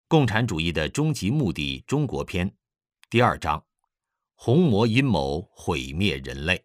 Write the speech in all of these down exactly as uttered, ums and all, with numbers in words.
共产主义的终极目的中国篇第二章：红魔阴谋毁灭人类。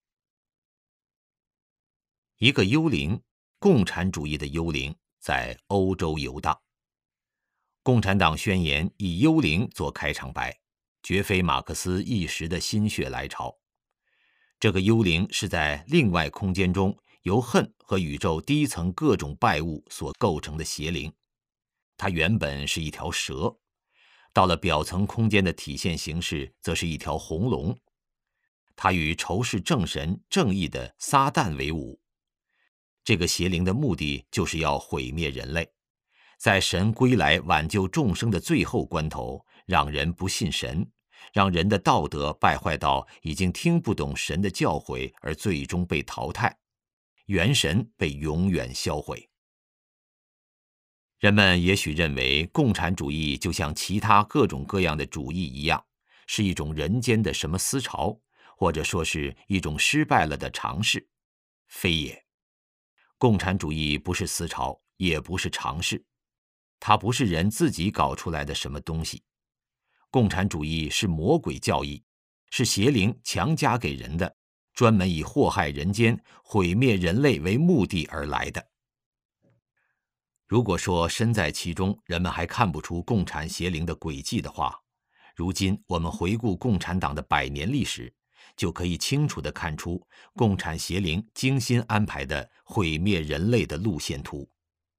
一个幽灵，共产主义的幽灵，在欧洲游荡。共产党宣言以幽灵做开场白，绝非马克思一时的心血来潮。这个幽灵是在另外空间中由恨和宇宙低层各种败物所构成的邪灵。它原本是一条蛇，到了表层空间的体现形式则是一条红龙。它与仇视正神正义的撒旦为伍。这个邪灵的目的就是要毁灭人类，在神归来挽救众生的最后关头，让人不信神，让人的道德败坏到已经听不懂神的教诲，而最终被淘汰，元神被永远销毁。人们也许认为共产主义就像其他各种各样的主义一样，是一种人间的什么思潮，或者说是一种失败了的尝试。非也，共产主义不是思潮，也不是尝试，它不是人自己搞出来的什么东西。共产主义是魔鬼教义，是邪灵强加给人的，专门以祸害人间、毁灭人类为目的而来的。如果说身在其中，人们还看不出共产邪灵的诡计的话，如今我们回顾共产党的百年历史，就可以清楚地看出共产邪灵精心安排的毁灭人类的路线图。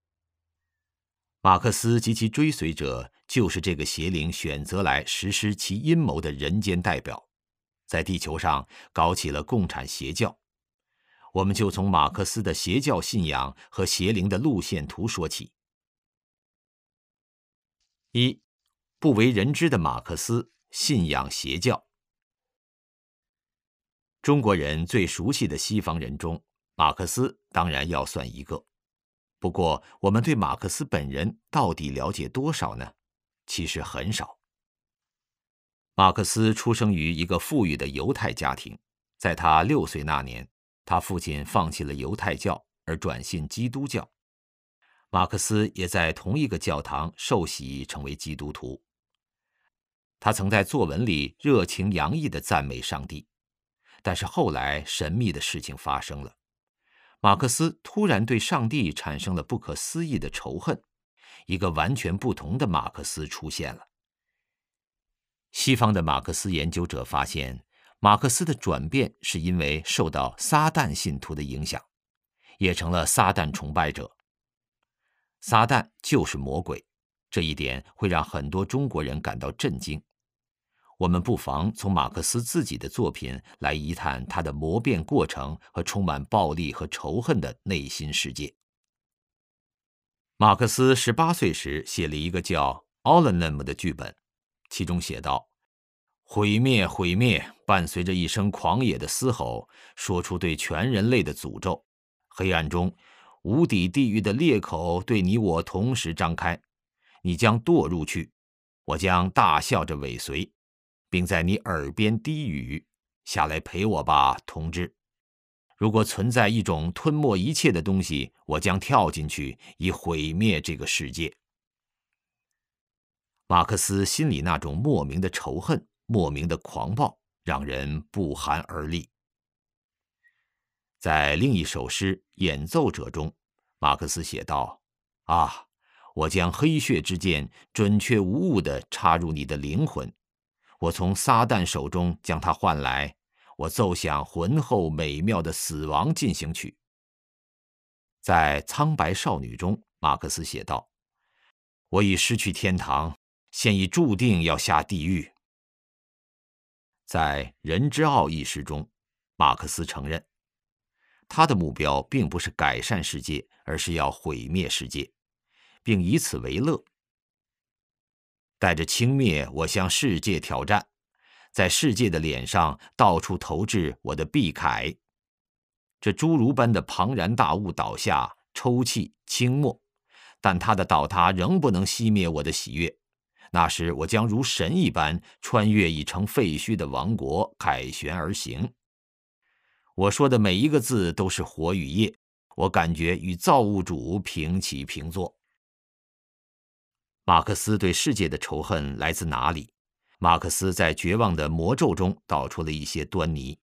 马克思及其追随者就是这个邪灵选择来实施其阴谋的人间代表，在地球上搞起了共产邪教。我们就从马克思的邪教信仰和邪灵的路线图说起。一、不为人知的马克思信仰邪教。中国人最熟悉的西方人中，马克思当然要算一个。不过，我们对马克思本人到底了解多少呢？其实很少。马克思出生于一个富裕的犹太家庭，在他六岁那年，他父亲放弃了犹太教而转信基督教。马克思也在同一个教堂受洗成为基督徒。他曾在作文里热情洋溢地赞美上帝，但是后来神秘的事情发生了。马克思突然对上帝产生了不可思议的仇恨，一个完全不同的马克思出现了。西方的马克思研究者发现，马克思的转变是因为受到撒旦信徒的影响，也成了撒旦崇拜者。撒旦就是魔鬼，这一点会让很多中国人感到震惊。我们不妨从马克思自己的作品来一探他的魔变过程和充满暴力和仇恨的内心世界。马克思十八岁时写了一个叫《Allenham》的剧本，其中写道：毁灭毁灭，伴随着一声狂野的嘶吼，说出对全人类的诅咒。黑暗中，无底地狱的裂口对你我同时张开，你将堕入去，我将大笑着尾随，并在你耳边低语：下来陪我吧，同志。如果存在一种吞没一切的东西，我将跳进去，以毁灭这个世界。马克思心里那种莫名的仇恨，莫名的狂暴，让人不寒而栗。在另一首诗《演奏者》中，马克思写道：啊，我将黑血之剑准确无误地插入你的灵魂，我从撒旦手中将它换来，我奏响浑厚美妙的死亡进行曲。在《苍白少女》中，马克思写道：我已失去天堂，现已注定要下地狱。在《人之傲》一诗中，马克思承认，他的目标并不是改善世界，而是要毁灭世界，并以此为乐。带着轻蔑，我向世界挑战，在世界的脸上到处投掷我的臂铠。这侏儒般的庞然大物倒下，抽泣倾没，但它的倒塌仍不能熄灭我的喜悦。那时我将如神一般穿越已成废墟的王国，凯旋而行。我说的每一个字都是火与液，我感觉与造物主平起平坐。 马克思对世界的仇恨来自哪里？马克思在绝望的魔咒中道出了一些端倪。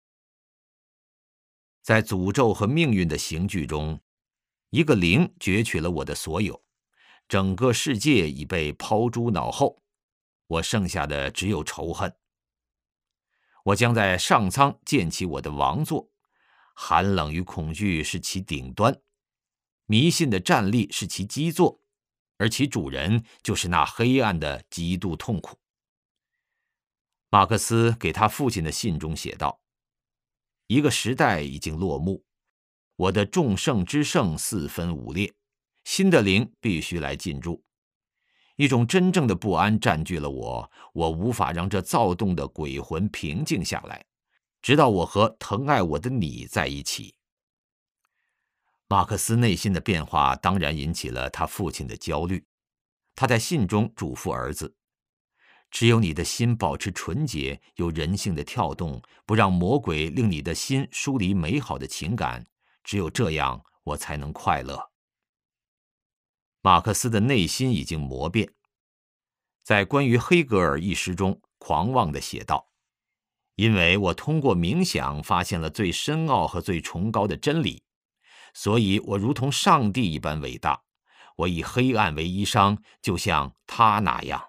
在诅咒和命运的刑具中，一个灵攫取了我的所有，整个世界已被抛诸脑后，我剩下的只有仇恨。我将在上苍建起我的王座，寒冷与恐惧是其顶端，迷信的站立是其基座，而其主人就是那黑暗的极度痛苦。马克思给他父亲的信中写道：一个时代已经落幕，我的众圣之圣四分五裂，新的灵必须来进驻。一种真正的不安占据了我，我无法让这躁动的鬼魂平静下来，直到我和疼爱我的你在一起。马克思内心的变化当然引起了他父亲的焦虑。他在信中嘱咐儿子：只有你的心保持纯洁，有人性的跳动，不让魔鬼令你的心疏离美好的情感，只有这样，我才能快乐。马克思的内心已经磨变。在关于黑格尔一诗中，狂妄地写道：因为我通过冥想发现了最深奥和最崇高的真理，所以我如同上帝一般伟大。我以黑暗为衣裳，就像他那样。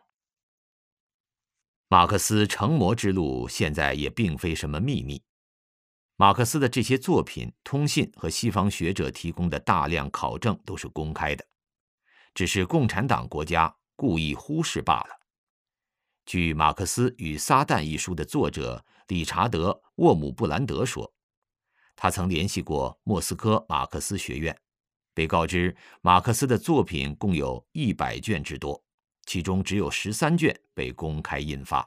马克思成魔之路现在也并非什么秘密。马克思的这些作品、通信和西方学者提供的大量考证都是公开的，只是共产党国家故意忽视罢了。据《马克思与撒旦》一书的作者理查德·沃姆布兰德说，他曾联系过莫斯科马克思学院，被告知马克思的作品共有一百卷之多，其中只有十三卷被公开印发。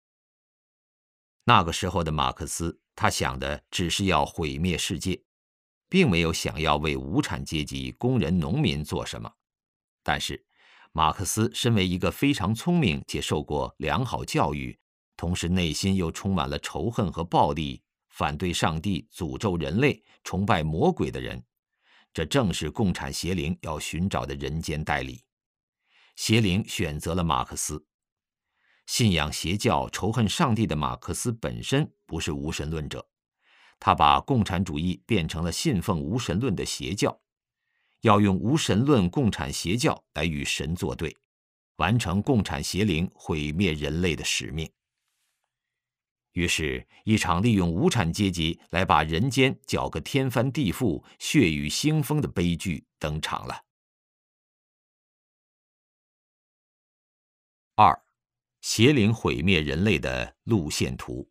那个时候的马克思，他想的只是要毁灭世界，并没有想要为无产阶级、工人、农民做什么。但是，马克思身为一个非常聪明且受过良好教育，同时内心又充满了仇恨和暴力，反对上帝、诅咒人类、崇拜魔鬼的人，这正是共产邪灵要寻找的人间代理。邪灵选择了马克思。信仰邪教、仇恨上帝的马克思本身不是无神论者，他把共产主义变成了信奉无神论的邪教，要用无神论共产邪教来与神作对，完成共产邪灵毁灭人类的使命。于是，一场利用无产阶级来把人间搅个天翻地覆、血雨腥风的悲剧登场了。二，邪灵毁灭人类的路线图。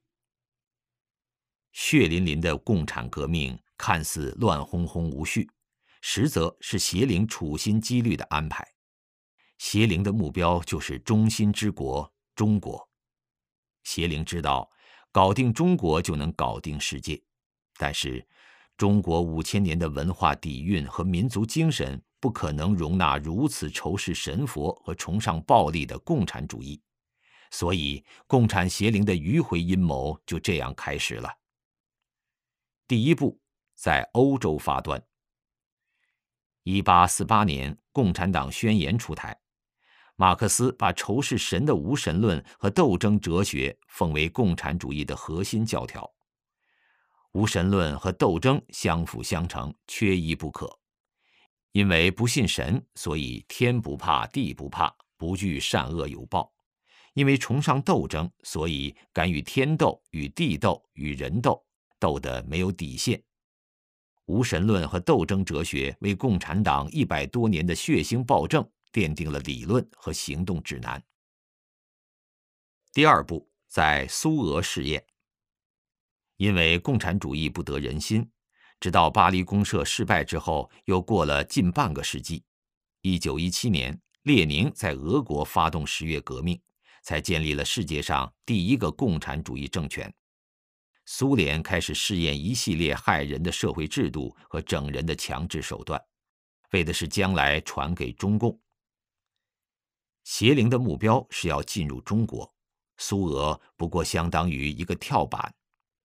血淋淋的共产革命看似乱哄哄无序，实则是邪灵处心积虑的安排。邪灵的目标就是中心之国中国。邪灵知道，搞定中国就能搞定世界，但是中国五千年的文化底蕴和民族精神不可能容纳如此仇视神佛和崇尚暴力的共产主义，所以共产邪灵的迂回阴谋就这样开始了。第一步，在欧洲发端。一八四八年，共产党宣言出台，马克思把仇视神的无神论和斗争哲学奉为共产主义的核心教条。无神论和斗争相辅相成，缺一不可。因为不信神，所以天不怕地不怕，不惧善恶有报；因为崇尚斗争，所以敢与天斗、与地斗、与人斗，斗得没有底线。无神论和斗争哲学为共产党一百多年的血腥暴政奠定了理论和行动指南。第二步，在苏俄试验。因为共产主义不得人心，直到巴黎公社失败之后，又过了近半个世纪。一九一七年，列宁在俄国发动十月革命，才建立了世界上第一个共产主义政权。苏联开始试验一系列害人的社会制度和整人的强制手段，为的是将来传给中共。邪灵的目标是要进入中国，苏俄不过相当于一个跳板。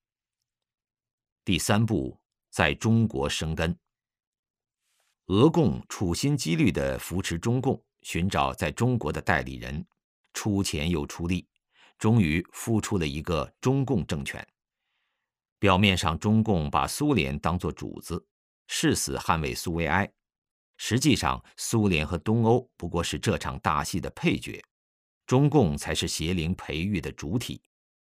第三步，在中国生根。俄共处心积虑地扶持中共， 寻找在中国的代理人，出钱又出力，终于孵出了一个中共政权。表面上，中共把苏联当作主子，誓死捍卫苏维埃，实际上，苏联和东欧不过是这场大戏的配角，中共才是邪灵培育的主体。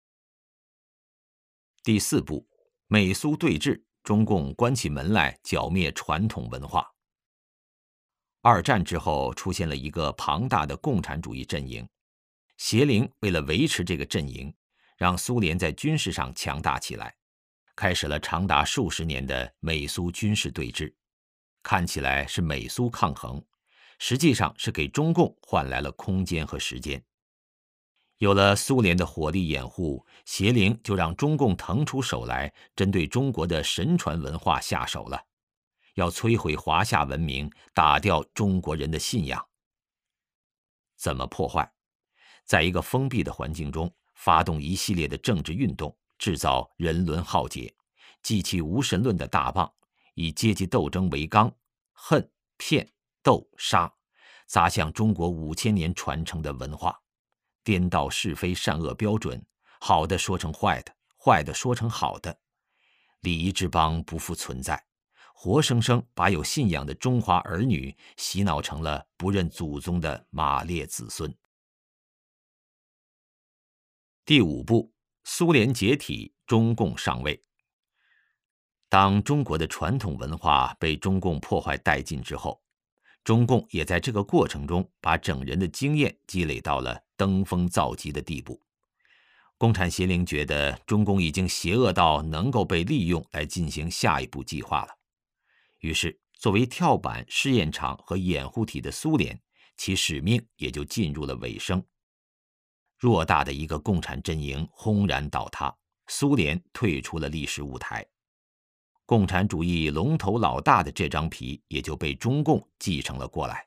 第四步，美苏对峙，中共关起门来剿灭传统文化。二战之后，出现了一个庞大的共产主义阵营，邪灵为了维持这个阵营，让苏联在军事上强大起来，开始了长达数十年的美苏军事对峙。看起来是美苏抗衡，实际上是给中共换来了空间和时间。有了苏联的火力掩护，邪灵就让中共腾出手来，针对中国的神传文化下手了，要摧毁华夏文明，打掉中国人的信仰。怎么破坏？在一个封闭的环境中，发动一系列的政治运动，制造人伦浩劫，记起无神论的大棒，以阶级斗争为纲，恨、骗、斗、杀，砸向中国五千年传承的文化，颠倒是非善恶标准，好的说成坏的，坏的说成好的，礼仪之邦不复存在，活生生把有信仰的中华儿女洗脑成了不认祖宗的马列子孙。第五步，苏联解体，中共上位。当中国的传统文化被中共破坏殆尽之后，中共也在这个过程中把整人的经验积累到了登峰造极的地步。共产邪灵觉得中共已经邪恶到能够被利用来进行下一步计划了，于是作为跳板、试验场和掩护体的苏联，其使命也就进入了尾声。偌大的一个共产阵营轰然倒塌，苏联退出了历史舞台，共产主义龙头老大的这张皮也就被中共继承了过来。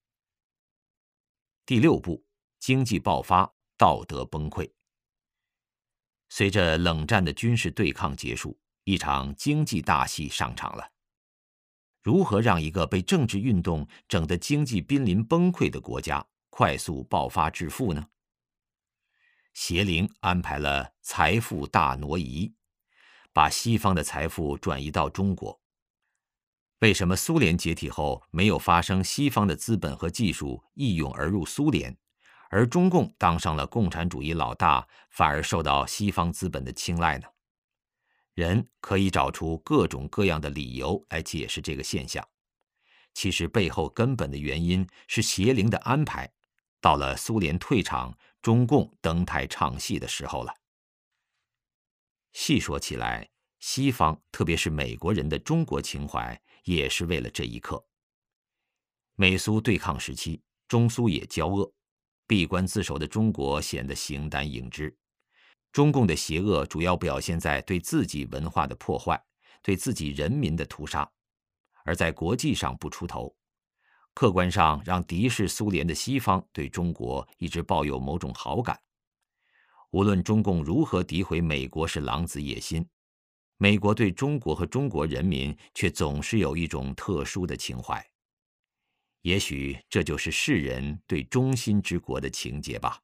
第六步，经济爆发，道德崩溃。随着冷战的军事对抗结束，一场经济大戏上场了。如何让一个被政治运动整得经济濒临崩溃的国家快速爆发致富呢？邪灵安排了财富大挪移，把西方的财富转移到中国。为什么苏联解体后没有发生西方的资本和技术一涌而入苏联，而中共当上了共产主义老大，反而受到西方资本的青睐呢？人可以找出各种各样的理由来解释这个现象，其实背后根本的原因是邪灵的安排。到了苏联退场，中共登台唱戏的时候了。细说起来，西方特别是美国人的中国情怀也是为了这一刻。美苏对抗时期，中苏也交恶，闭关自守的中国显得形单影只。中共的邪恶主要表现在对自己文化的破坏，对自己人民的屠杀，而在国际上不出头，客观上让敌视苏联的西方对中国一直抱有某种好感。无论中共如何诋毁美国是狼子野心，美国对中国和中国人民却总是有一种特殊的情怀。也许这就是世人对中心之国的情结吧。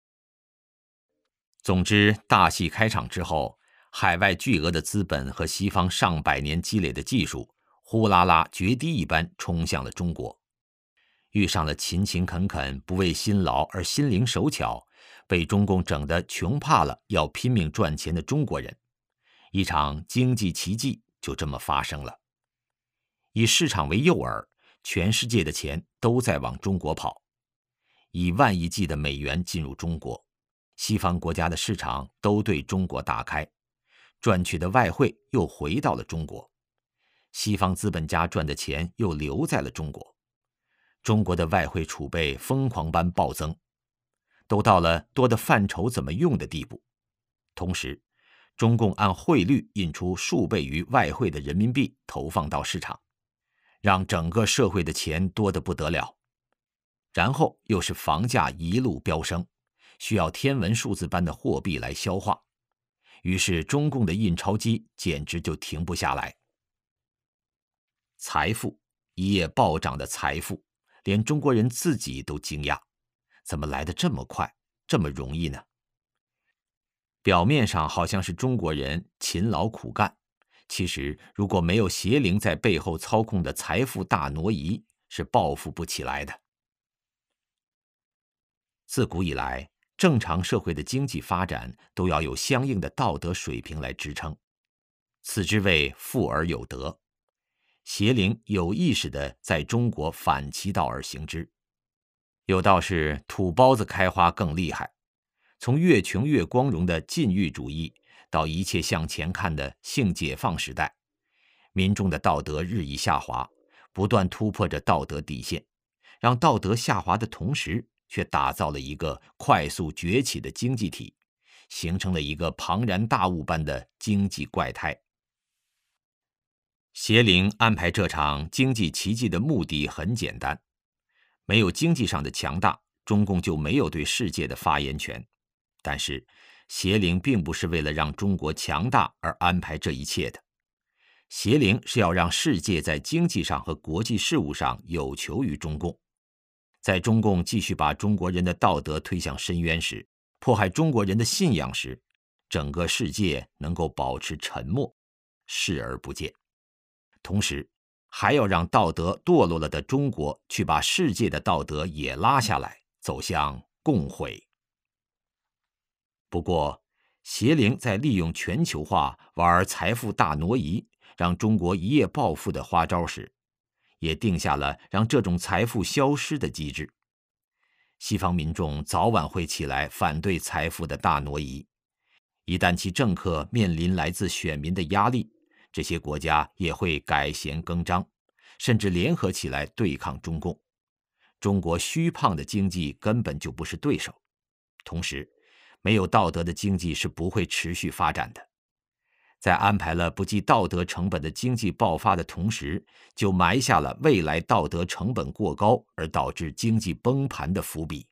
总之，大戏开场之后，海外巨额的资本和西方上百年积累的技术，呼啦啦决堤一般冲向了中国。遇上了勤勤恳恳、不为辛劳而心灵手巧，被中共整得穷怕了要拼命赚钱的中国人，一场经济奇迹就这么发生了。以市场为诱饵，全世界的钱都在往中国跑，以万亿计的美元进入中国，西方国家的市场都对中国大开，赚取的外汇又回到了中国，西方资本家赚的钱又留在了中国，中国的外汇储备疯狂般暴增，都到了多得犯愁怎么用的地步。同时，中共按汇率印出数倍于外汇的人民币投放到市场，让整个社会的钱多得不得了。然后又是房价一路飙升，需要天文数字般的货币来消化，于是中共的印钞机简直就停不下来。财富，一夜暴涨的财富， 连中国人自己都惊讶，怎么来得这么快，这么容易呢？表面上好像是中国人勤劳苦干，其实如果没有邪灵在背后操控的财富大挪移，是报复不起来的。自古以来，正常社会的经济发展都要有相应的道德水平来支撑，此之谓富而有德。邪灵有意识地在中国反其道而行之。有道是土包子开花更厉害，从越穷越光荣的禁欲主义到一切向前看的性解放时代，民众的道德日益下滑，不断突破着道德底线，让道德下滑的同时，却打造了一个快速崛起的经济体，形成了一个庞然大物般的经济怪胎。邪灵安排这场经济奇迹的目的很简单，没有经济上的强大，中共就没有对世界的发言权。但是邪灵并不是为了让中国强大而安排这一切的，邪灵是要让世界在经济上和国际事务上有求于中共。在中共继续把中国人的道德推向深渊时，迫害中国人的信仰时，整个世界能够保持沉默，视而不见。同时还要让道德堕落了的中国去把世界的道德也拉下来，走向共毁。不过邪灵在利用全球化玩财富大挪移，让中国一夜暴富的花招时，也定下了让这种财富消失的机制。西方民众早晚会起来反对财富的大挪移，一旦其政客面临来自选民的压力，这些国家也会改弦更张，甚至联合起来对抗中共。中国虚胖的经济根本就不是对手。同时，没有道德的经济是不会持续发展的。在安排了不计道德成本的经济爆发的同时，就埋下了未来道德成本过高而导致经济崩盘的伏笔。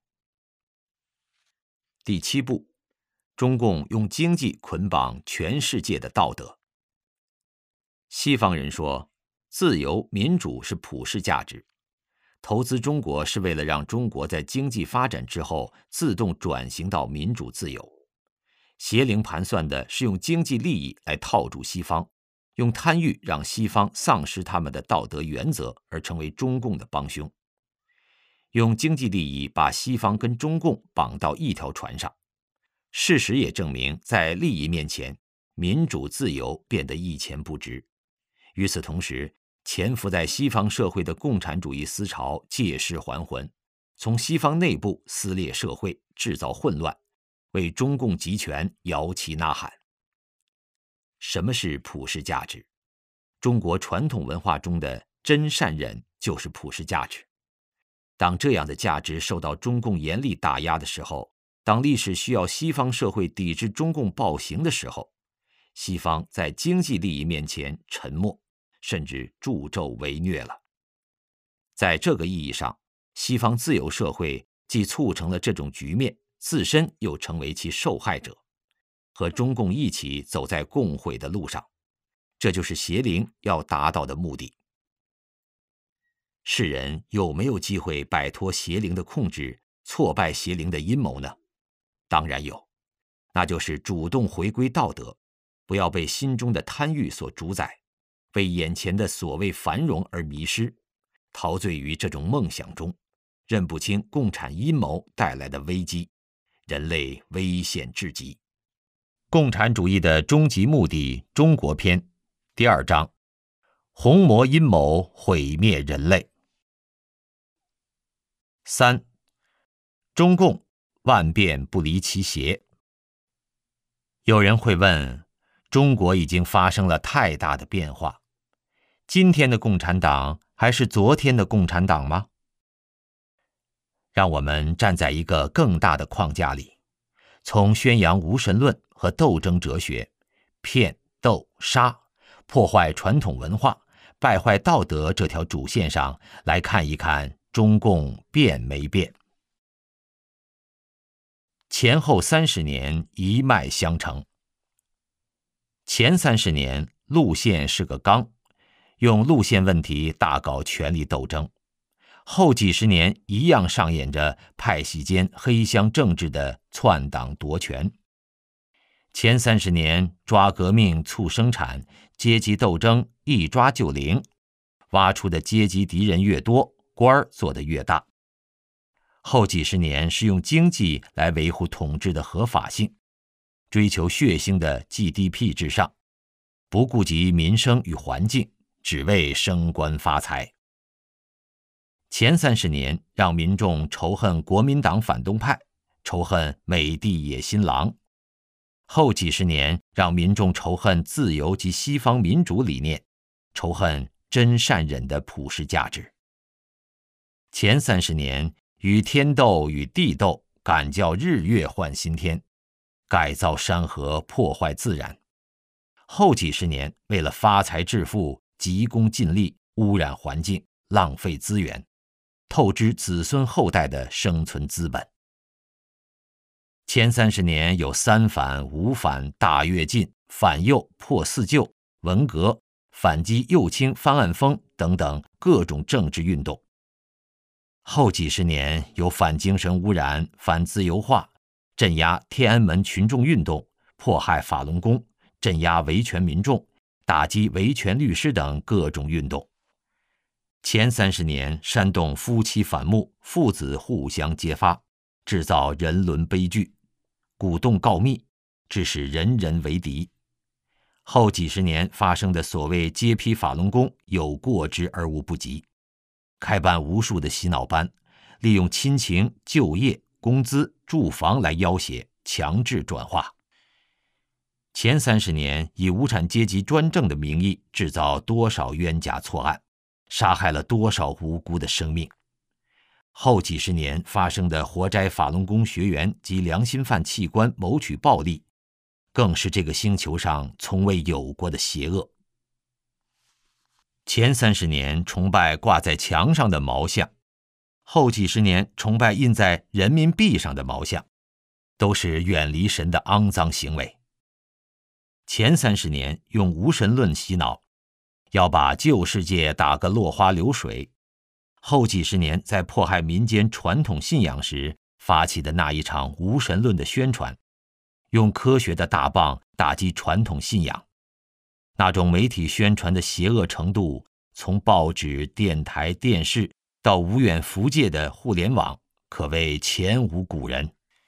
第七步，中共用经济捆绑全世界的道德。西方人说，自由民主是普世价值，投资中国是为了让中国在经济发展之后自动转型到民主自由。邪灵盘算的是用经济利益来套住西方，用贪欲让西方丧失他们的道德原则而成为中共的帮凶，用经济利益把西方跟中共绑到一条船上。事实也证明，在利益面前，民主自由变得一钱不值。与此同时，潜伏在西方社会的共产主义思潮借势还魂，从西方内部撕裂社会，制造混乱，为中共集权摇旗呐喊。什么是普世价值？中国传统文化中的真善忍就是普世价值。当这样的价值受到中共严厉打压的时候，当历史需要西方社会抵制中共暴行的时候，西方在经济利益面前沉默，甚至助纣为虐了。在这个意义上，西方自由社会既促成了这种局面，自身又成为其受害者，和中共一起走在共毁的路上。这就是邪灵要达到的目的。世人有没有机会摆脱邪灵的控制，挫败邪灵的阴谋呢？当然有，那就是主动回归道德，不要被心中的贪欲所主宰，为眼前的所谓繁荣而迷失，陶醉于这种梦想中，认不清共产阴谋带来的危机，人类危险至极。共产主义的终极目的，中国篇，第二章，红魔阴谋毁灭人类。三，中共万变不离其邪。有人会问，中国已经发生了太大的变化，今天的共产党还是昨天的共产党吗？让我们站在一个更大的框架里，从宣扬无神论和斗争哲学，骗、斗、杀，破坏传统文化，败坏道德这条主线上来看一看中共变没变。前后三十年一脉相承。前三十年路线是个纲，用路线问题大搞权力斗争， 后几十年一样上演着派系间黑箱政治的篡党夺权。前三十年抓革命促生产，阶级斗争一抓就灵，挖出的阶级敌人越多，官儿做得越大。后几十年是用经济来维护统治的合法性，追求血腥的 G D P 至上，不顾及民生与环境，只为升官发财。前三十年让民众仇恨国民党反动派，仇恨美帝野心狼；后几十年让民众仇恨自由及西方民主理念，仇恨真善忍的普世价值。前三十年与天斗与地斗，敢叫日月换新天，改造山河，破坏自然；后几十年为了发财致富，急功近利，污染环境，浪费资源，透支子孙后代的生存资本。前三十年有三反、五反、大跃进、反右、破四旧、文革、反击右倾翻案风等等各种政治运动。后几十年有反精神污染、反自由化、镇压天安门群众运动、迫害法轮功、镇压维权民众、打击维权律师等各种运动。前三十年煽动夫妻反目，父子互相揭发，制造人伦悲剧，鼓动告密，致使人人为敌。后几十年发生的所谓揭批法轮功，有过之而无不及，开办无数的洗脑班，利用亲情、就业、工资、住房来要挟，强制转化。前三十年以无产阶级专政的名义制造多少冤假错案，杀害了多少无辜的生命。后几十年发生的活摘法轮功学员及良心犯器官谋取暴利，更是这个星球上从未有过的邪恶。前三十年崇拜挂在墙上的毛像，后几十年崇拜印在人民币上的毛像，都是远离神的肮脏行为。前三十年用无神论洗脑，要把旧世界打个落花流水；后几十年在迫害民间传统信仰时发起的那一场无神论的宣传，用科学的大棒打击传统信仰，那种媒体宣传的邪恶程度，从报纸、电台、电视到无远弗届的互联网，可谓前无古人。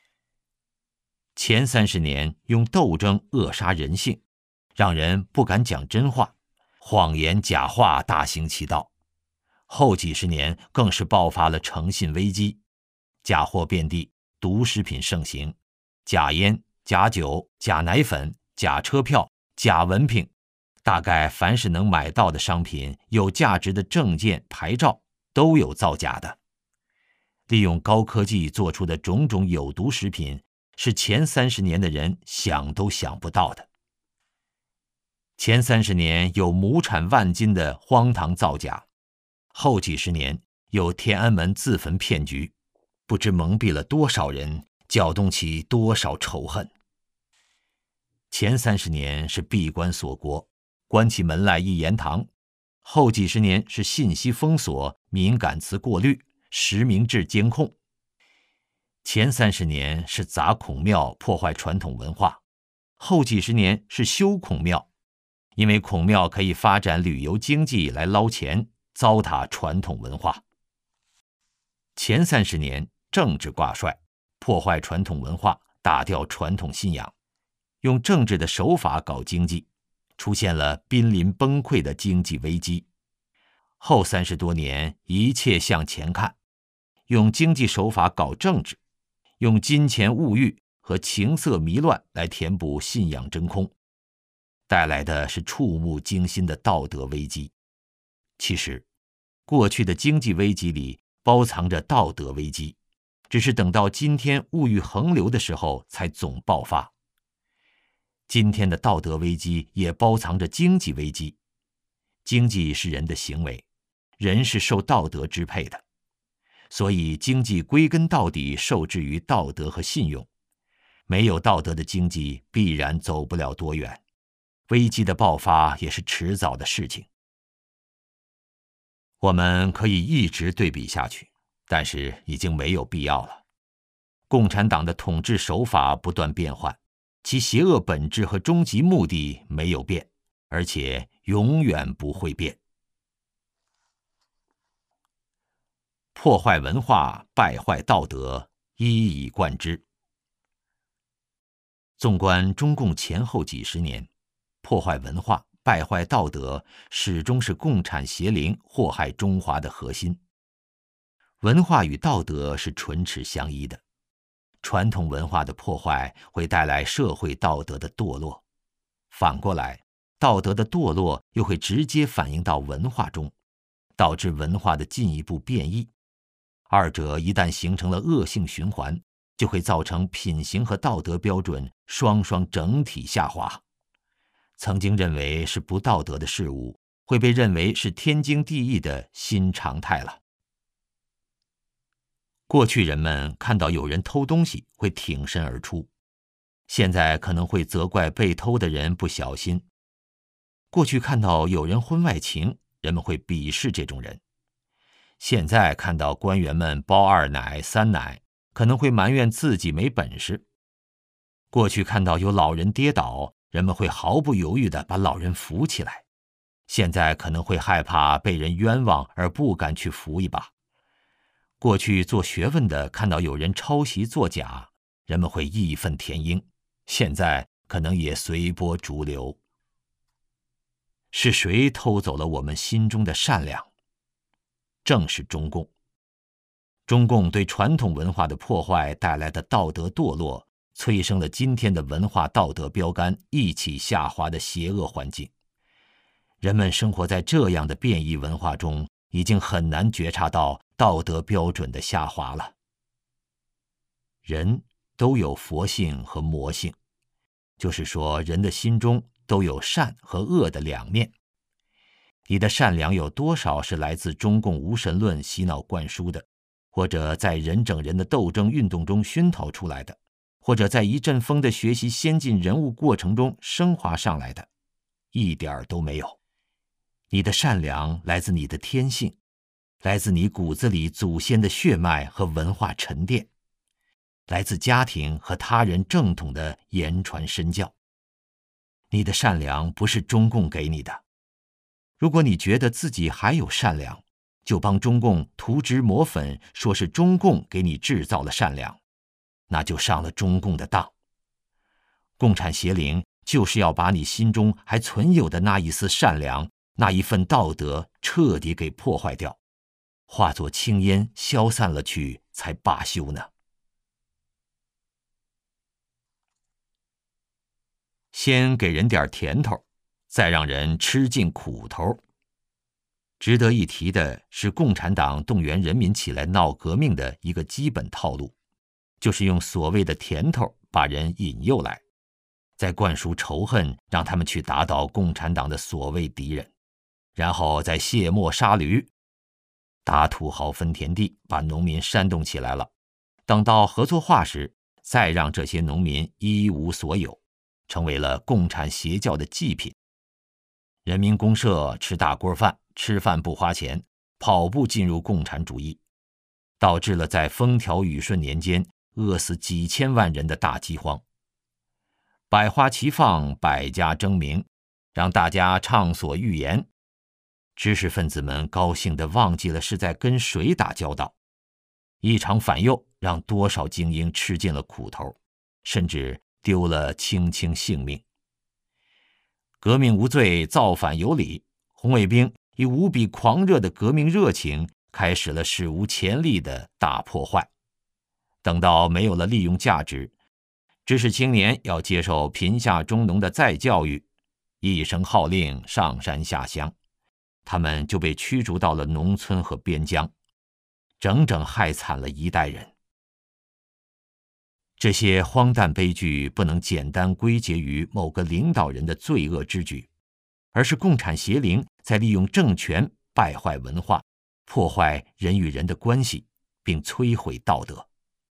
前三十年用斗争扼杀人性，让人不敢讲真话，谎言假话大行其道。后几十年更是爆发了诚信危机，假货遍地，毒食品盛行，假烟、假酒、假奶粉、假车票、假文凭，大概凡是能买到的商品，有价值的证件、牌照，都有造假的。利用高科技做出的种种有毒食品，是前三十年的人想都想不到的。前三十年有亩产万金的荒唐造假，后几十年有天安门自焚骗局，不知蒙蔽了多少人，搅动起多少仇恨。前三十年是闭关锁国，关起门来一言堂；后几十年是信息封锁、敏感词过滤、实名制监控。前三十年是砸孔庙，破坏传统文化；后几十年是修孔庙，因为孔庙可以发展旅游经济来捞钱，糟蹋传统文化。前三十年政治挂帅，破坏传统文化，打掉传统信仰，用政治的手法搞经济，出现了濒临崩溃的经济危机。后三十多年一切向前看，用经济手法搞政治，用金钱物欲和情色迷乱来填补信仰真空，带来的是触目惊心的道德危机。其实，过去的经济危机里包藏着道德危机，只是等到今天物欲横流的时候才总爆发。今天的道德危机也包藏着经济危机。经济是人的行为，人是受道德支配的，所以经济归根到底受制于道德和信用。没有道德的经济必然走不了多远，危机的爆发也是迟早的事情。 我们可以一直对比下去，但是已经没有必要了。共产党的统治手法不断变换，其邪恶本质和终极目的没有变，而且永远不会变。破坏文化，败坏道德，一以贯之。纵观中共前后几十年，破坏文化、败坏道德始终是共产邪灵祸害中华的核心。文化与道德是唇齿相依的，传统文化的破坏会带来社会道德的堕落，反过来，道德的堕落又会直接反映到文化中，导致文化的进一步变异。二者一旦形成了恶性循环，就会造成品行和道德标准双双整体下滑。曾经认为是不道德的事物，会被认为是天经地义的新常态了。过去人们看到有人偷东西会挺身而出，现在可能会责怪被偷的人不小心。过去看到有人婚外情，人们会鄙视这种人。现在看到官员们包二奶、三奶，可能会埋怨自己没本事。过去看到有老人跌倒，人们会毫不犹豫地把老人扶起来，现在可能会害怕被人冤枉而不敢去扶一把。过去做学问的看到有人抄袭作假，人们会义愤填膺，现在可能也随波逐流。是谁偷走了我们心中的善良？正是中共。中共对传统文化的破坏带来的道德堕落，催生了今天的文化道德标杆一起下滑的邪恶环境。人们生活在这样的变异文化中，已经很难觉察到道德标准的下滑了。人都有佛性和魔性，就是说人的心中都有善和恶的两面。你的善良有多少是来自中共无神论洗脑灌输的，或者在人整人的斗争运动中熏陶出来的，或者在一阵风的学习先进人物过程中升华上来的，一点都没有。你的善良来自你的天性，来自你骨子里祖先的血脉和文化沉淀，来自家庭和他人正统的言传身教。你的善良不是中共给你的。如果你觉得自己还有善良，就帮中共涂脂抹粉，说是中共给你制造了善良，那就上了中共的当。共产邪灵就是要把你心中还存有的那一丝善良，那一份道德彻底给破坏掉，化作青烟消散了去才罢休呢。先给人点甜头，再让人吃尽苦头。值得一提的是，共产党动员人民起来闹革命的一个基本套路，就是用所谓的甜头把人引诱来，再灌输仇恨，让他们去打倒共产党的所谓敌人，然后再卸磨杀驴，打土豪分田地，把农民煽动起来了。等到合作化时，再让这些农民一无所有，成为了共产邪教的祭品。人民公社吃大锅饭，吃饭不花钱，跑步进入共产主义，导致了在风调雨顺年间饿死几千万人的大饥荒。百花齐放，百家争鸣，让大家畅所欲言。知识分子们高兴地忘记了是在跟谁打交道。一场反右让多少精英吃尽了苦头，甚至丢了卿卿性命。革命无罪，造反有理，红卫兵以无比狂热的革命热情开始了史无前例的大破坏。等到没有了利用价值，知识青年要接受贫下中农的再教育，一声号令上山下乡，他们就被驱逐到了农村和边疆，整整害惨了一代人。这些荒诞悲剧不能简单归结于某个领导人的罪恶之举，而是共产邪灵在利用政权败坏文化，破坏人与人的关系，并摧毁道德。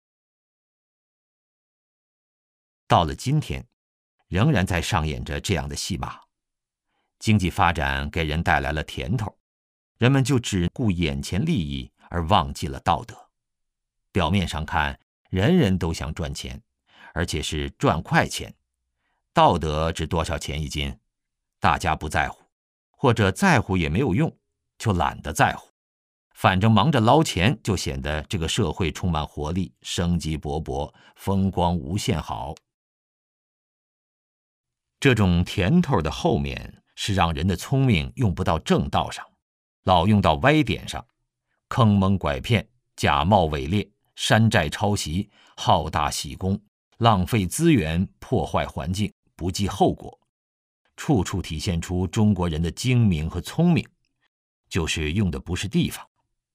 到了今天，仍然在上演着这样的戏码。经济发展给人带来了甜头， 人们就只顾眼前利益，而忘记了道德。表面上看，人人都想赚钱，而且是赚快钱。道德值多少钱一斤？大家不在乎，或者在乎也没有用，就懒得在乎。反正忙着捞钱，就显得这个社会充满活力，生机勃勃，风光无限好。这种甜头的后面是让人的聪明用不到正道上，老用到歪点上，坑蒙拐骗，假冒伪劣，山寨抄袭，好大喜功，浪费资源，破坏环境，不计后果，处处体现出中国人的精明和聪明，就是用的不是地方。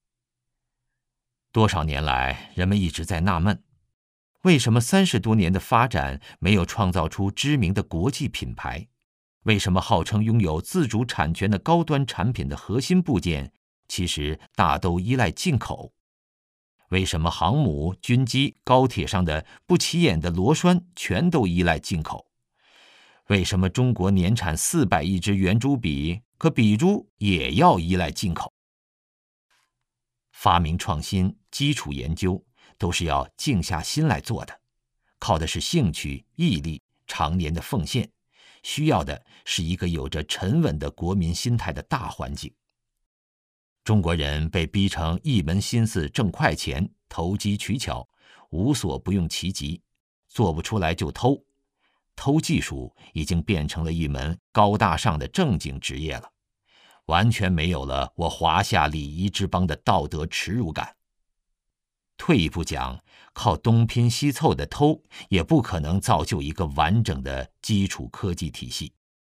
多少年来，人们一直在纳闷，为什么三十多年的发展没有创造出知名的国际品牌？为什么号称拥有自主产权的高端产品的核心部件，其实大都依赖进口？为什么航母、军机、高铁上的不起眼的螺栓全都依赖进口？为什么中国年产四百亿支圆珠笔，可笔珠也要依赖进口？发明创新、基础研究都是要静下心来做的，靠的是兴趣、毅力、常年的奉献，需要的是一个有着沉稳的国民心态的大环境。中国人被逼成一门心思挣快钱，投机取巧，无所不用其极，做不出来就偷。偷技术已经变成了一门高大上的正经职业了，完全没有了我华夏礼仪之邦的道德耻辱感。退一步讲，靠东拼西凑的偷，也不可能造就一个完整的基础科技体系。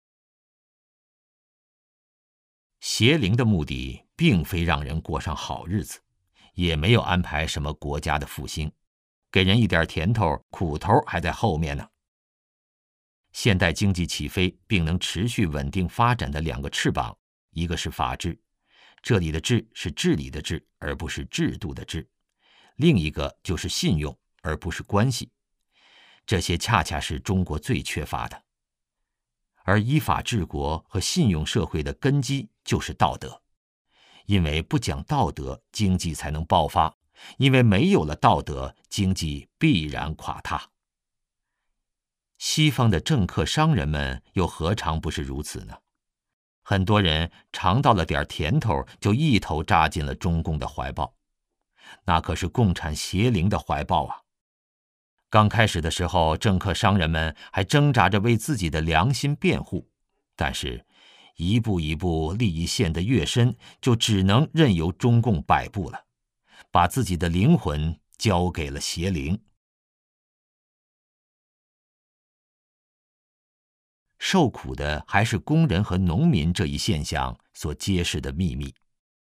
邪灵的目的并非让人过上好日子，也没有安排什么国家的复兴，给人一点甜头，苦头还在后面呢。现代经济起飞并能持续稳定发展的两个翅膀，一个是法治，这里的治是治理的治，而不是制度的治；另一个就是信用，而不是关系。这些恰恰是中国最缺乏的。而依法治国和信用社会的根基就是道德，因为不讲道德，经济才能爆发；因为没有了道德，经济必然垮塌。西方的政客商人们又何尝不是如此呢？很多人尝到了点甜头，就一头扎进了中共的怀抱，那可是共产邪灵的怀抱啊！刚开始的时候，政客商人们还挣扎着为自己的良心辩护，但是一步一步利益陷得越深，就只能任由中共摆布了，把自己的灵魂交给了邪灵。受苦的还是工人和农民这一现象所揭示的秘密。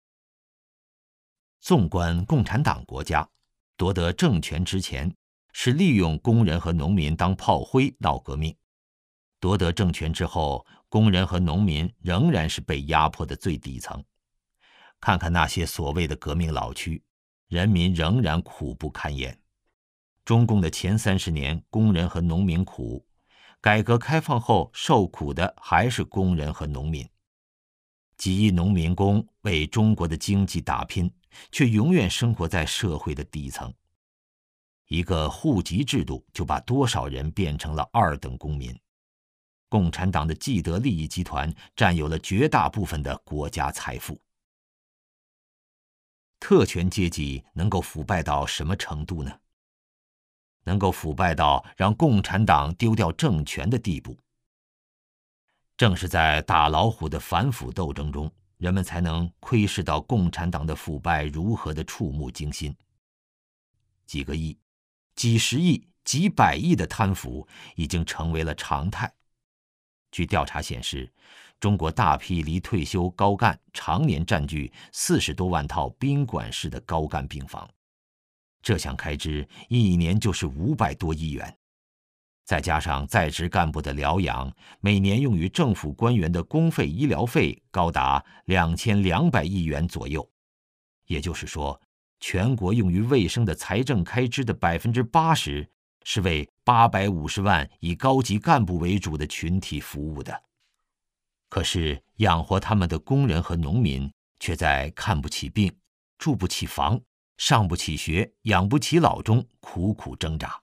纵观共产党国家，夺得政权之前，是利用工人和农民当炮灰闹革命；夺得政权之后，工人和农民仍然是被压迫的最底层。看看那些所谓的革命老区，人民仍然苦不堪言。中共的前三十年，工人和农民苦；改革开放后，受苦的还是工人和农民。几亿农民工为中国的经济打拼，却永远生活在社会的底层。一个户籍制度就把多少人变成了二等公民。共产党的既得利益集团占有了绝大部分的国家财富。特权阶级能够腐败到什么程度呢？能够腐败到让共产党丢掉政权的地步。正是在打老虎的反腐斗争中，人们才能窥视到共产党的腐败如何的触目惊心。几个亿、几十亿、几百亿的贪腐已经成为了常态。据调查显示，中国大批离退休高干常年占据四十多万套宾馆式的高干病房，这项开支一年就是五百多亿元，再加上在职干部的疗养，每年用于政府官员的公费医疗费高达两千两百亿元左右。也就是说，全国用于卫生的财政开支的百分之八十是为八百五十万以高级干部为主的群体服务的。可是养活他们的工人和农民却在看不起病、住不起房、上不起学、养不起老中苦苦挣扎。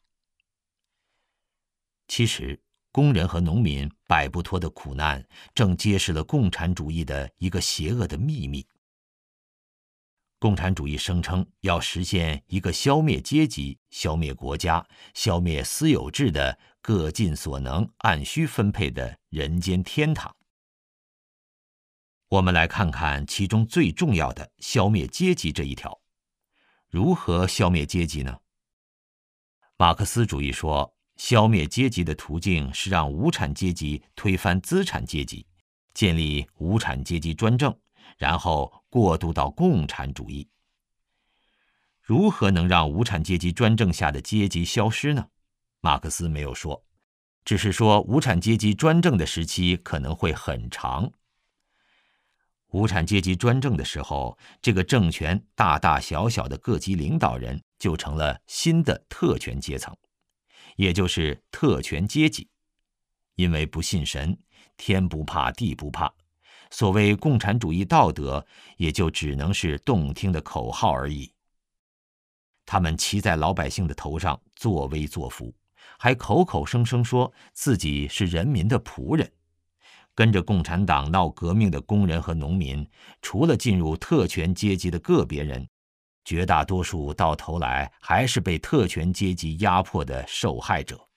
其实，工人和农民摆不脱的苦难，正揭示了共产主义的一个邪恶的秘密。共产主义声称要实现一个消灭阶级、消灭国家、消灭私有制的各尽所能、按需分配的人间天堂。我们来看看其中最重要的消灭阶级这一条。如何消灭阶级呢？马克思主义说，消灭阶级的途径是让无产阶级推翻资产阶级，建立无产阶级专政，然后过渡到共产主义。如何能让无产阶级专政下的阶级消失呢？马克思没有说，只是说无产阶级专政的时期可能会很长。无产阶级专政的时候，这个政权大大小小的各级领导人就成了新的特权阶层，也就是特权阶级。因为不信神，天不怕地不怕，所谓共产主义道德也就只能是动听的口号而已。他们骑在老百姓的头上作威作福，还口口声声说自己是人民的仆人。跟着共产党闹革命的工人和农民，除了进入特权阶级的个别人，绝大多数到头来还是被特权阶级压迫的受害者。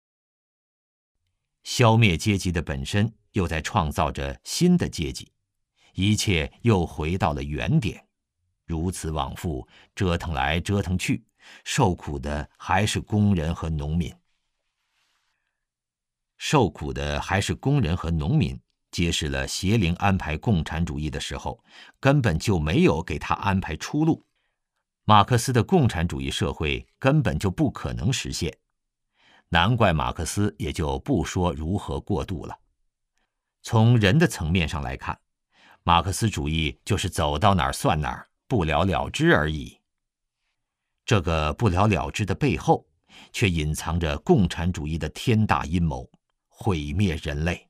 消灭阶级的本身又在创造着新的阶级，一切又回到了原点，如此往复，折腾来折腾去，受苦的还是工人和农民。受苦的还是工人和农民，揭示了邪灵安排共产主义的时候，根本就没有给他安排出路。马克思的共产主义社会根本就不可能实现，难怪马克思也就不说如何过渡了。从人的层面上来看，马克思主义就是走到哪儿算哪儿，不了了之而已。这个不了了之的背后，却隐藏着共产主义的天大阴谋，毁灭人类。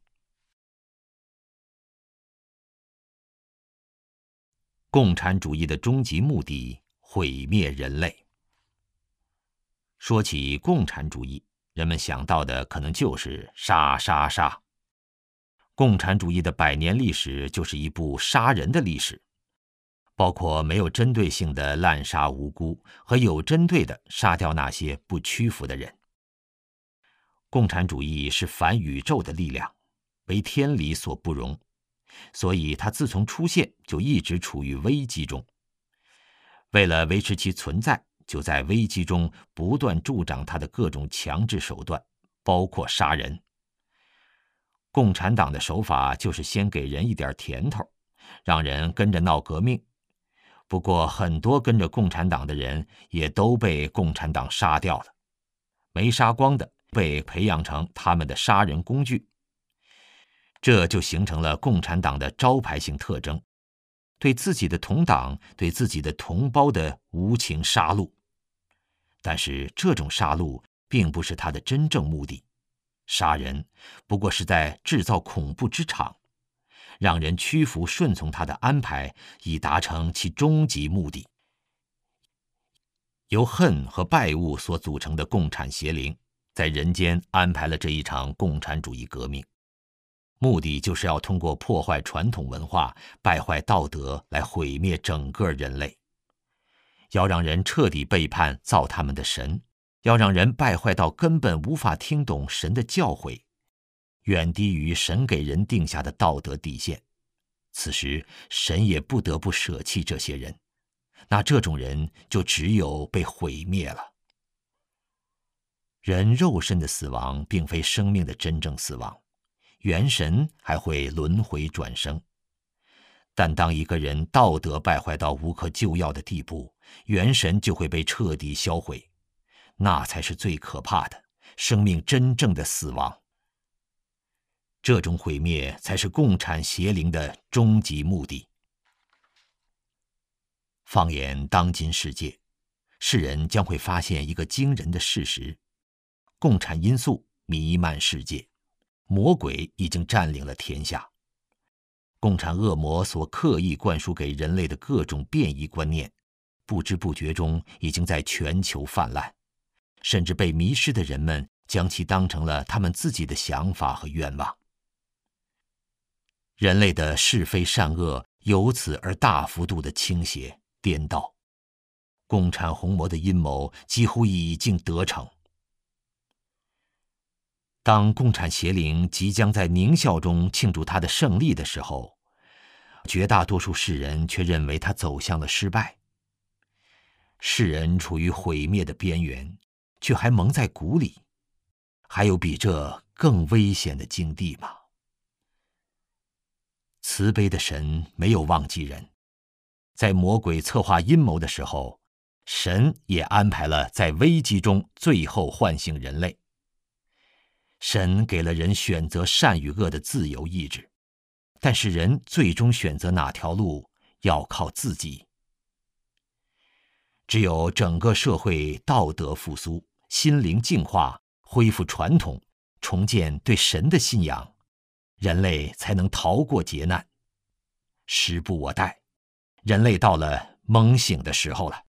共产主义的终极目的，毁灭人类。说起共产主义，人们想到的可能就是杀杀杀。共产主义的百年历史就是一部杀人的历史，包括没有针对性的滥杀无辜和有针对的杀掉那些不屈服的人。共产主义是反宇宙的力量，为天理所不容，所以它自从出现就一直处于危机中。为了维持其存在，就在危机中不断助长它的各种强制手段，包括杀人。共产党的手法就是先给人一点甜头，让人跟着闹革命。不过很多跟着共产党的人也都被共产党杀掉了，没杀光的被培养成他们的杀人工具。这就形成了共产党的招牌性特征，对自己的同党、对自己的同胞的无情杀戮。但是这种杀戮并不是他的真正目的，杀人不过是在制造恐怖之场，让人屈服顺从他的安排，以达成其终极目的。由恨和败物所组成的共产邪灵，在人间安排了这一场共产主义革命，目的就是要通过破坏传统文化、败坏道德来毁灭整个人类，要让人彻底背叛造他们的神，要让人败坏到根本无法听懂神的教诲，远低于神给人定下的道德底线。此时神也不得不舍弃这些人，那这种人就只有被毁灭了。人肉身的死亡并非生命的真正死亡，元神还会轮回转生。但当一个人道德败坏到无可救药的地步，元神就会被彻底销毁，那才是最可怕的，生命真正的死亡。这种毁灭才是共产邪灵的终极目的。放眼当今世界，世人将会发现一个惊人的事实：共产因素弥漫世界，魔鬼已经占领了天下。 共产恶魔所刻意灌输给人类的各种变异观念，不知不觉中已经在全球泛滥，甚至被迷失的人们将其当成了他们自己的想法和愿望。人类的是非善恶由此而大幅度的倾斜颠倒，共产红魔的阴谋几乎已经得逞。当共产邪灵即将在狞笑中庆祝他的胜利的时候，绝大多数世人却认为他走向了失败。世人处于毁灭的边缘，却还蒙在鼓里，还有比这更危险的境地吗？慈悲的神没有忘记人，在魔鬼策划阴谋的时候，神也安排了在危机中最后唤醒人类。神给了人选择善与恶的自由意志，但是人最终选择哪条路要靠自己。只有整个社会道德复苏，心灵净化，恢复传统，重建对神的信仰，人类才能逃过劫难。时不我待，人类到了猛醒的时候了。